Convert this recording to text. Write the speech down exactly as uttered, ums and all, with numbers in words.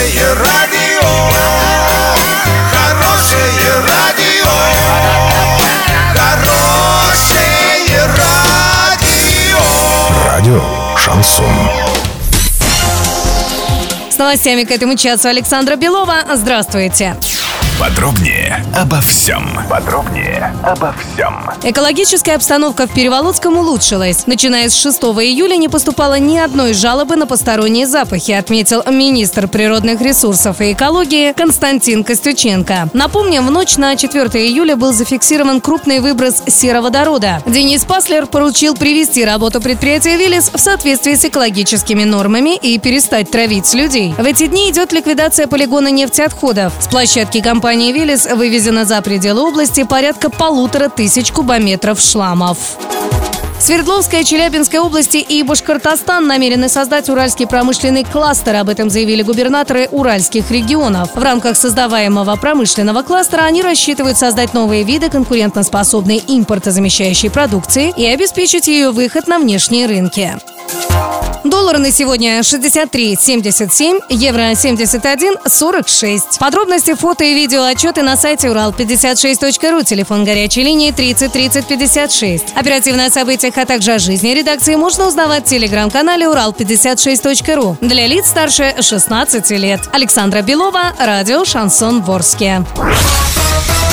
Хорошее радио, хорошее радио, хорошее радио. Радио Шансон. С новостями к этому часу Александра Белова. Здравствуйте. Подробнее обо всем. Подробнее обо всем. Экологическая обстановка в Переволодском улучшилась. Начиная с шестого июля не поступало ни одной жалобы на посторонние запахи, отметил министр природных ресурсов и экологии Константин Костюченко. Напомним, в ночь на четвёртое июля был зафиксирован крупный выброс сероводорода. Денис Паслер поручил привести работу предприятия «Велес» в соответствии с экологическими нормами и перестать травить людей. В эти дни идет ликвидация полигона нефтеотходов. С площадки компании Компания «Велес» вывезено за пределы области порядка полутора тысяч кубометров шламов. Свердловская, Челябинская области и Башкортостан намерены создать уральский промышленный кластер. Об этом заявили губернаторы уральских регионов. В рамках создаваемого промышленного кластера они рассчитывают создать новые виды конкурентоспособной импортозамещающей продукции и обеспечить ее выход на внешние рынки. Доллар на сегодня шестьдесят три семьдесят семь, евро семьдесят один сорок шесть. Подробности, фото и видео отчеты на сайте урал пятьдесят шесть точка ру, телефон горячей линии тридцать тридцать пятьдесят шесть. Оперативно о событиях, а также о жизни редакции можно узнавать в телеграм-канале урал пятьдесят шесть точка ру. Для лиц старше шестнадцати лет. Александра Белова, радио Шансон Ворске.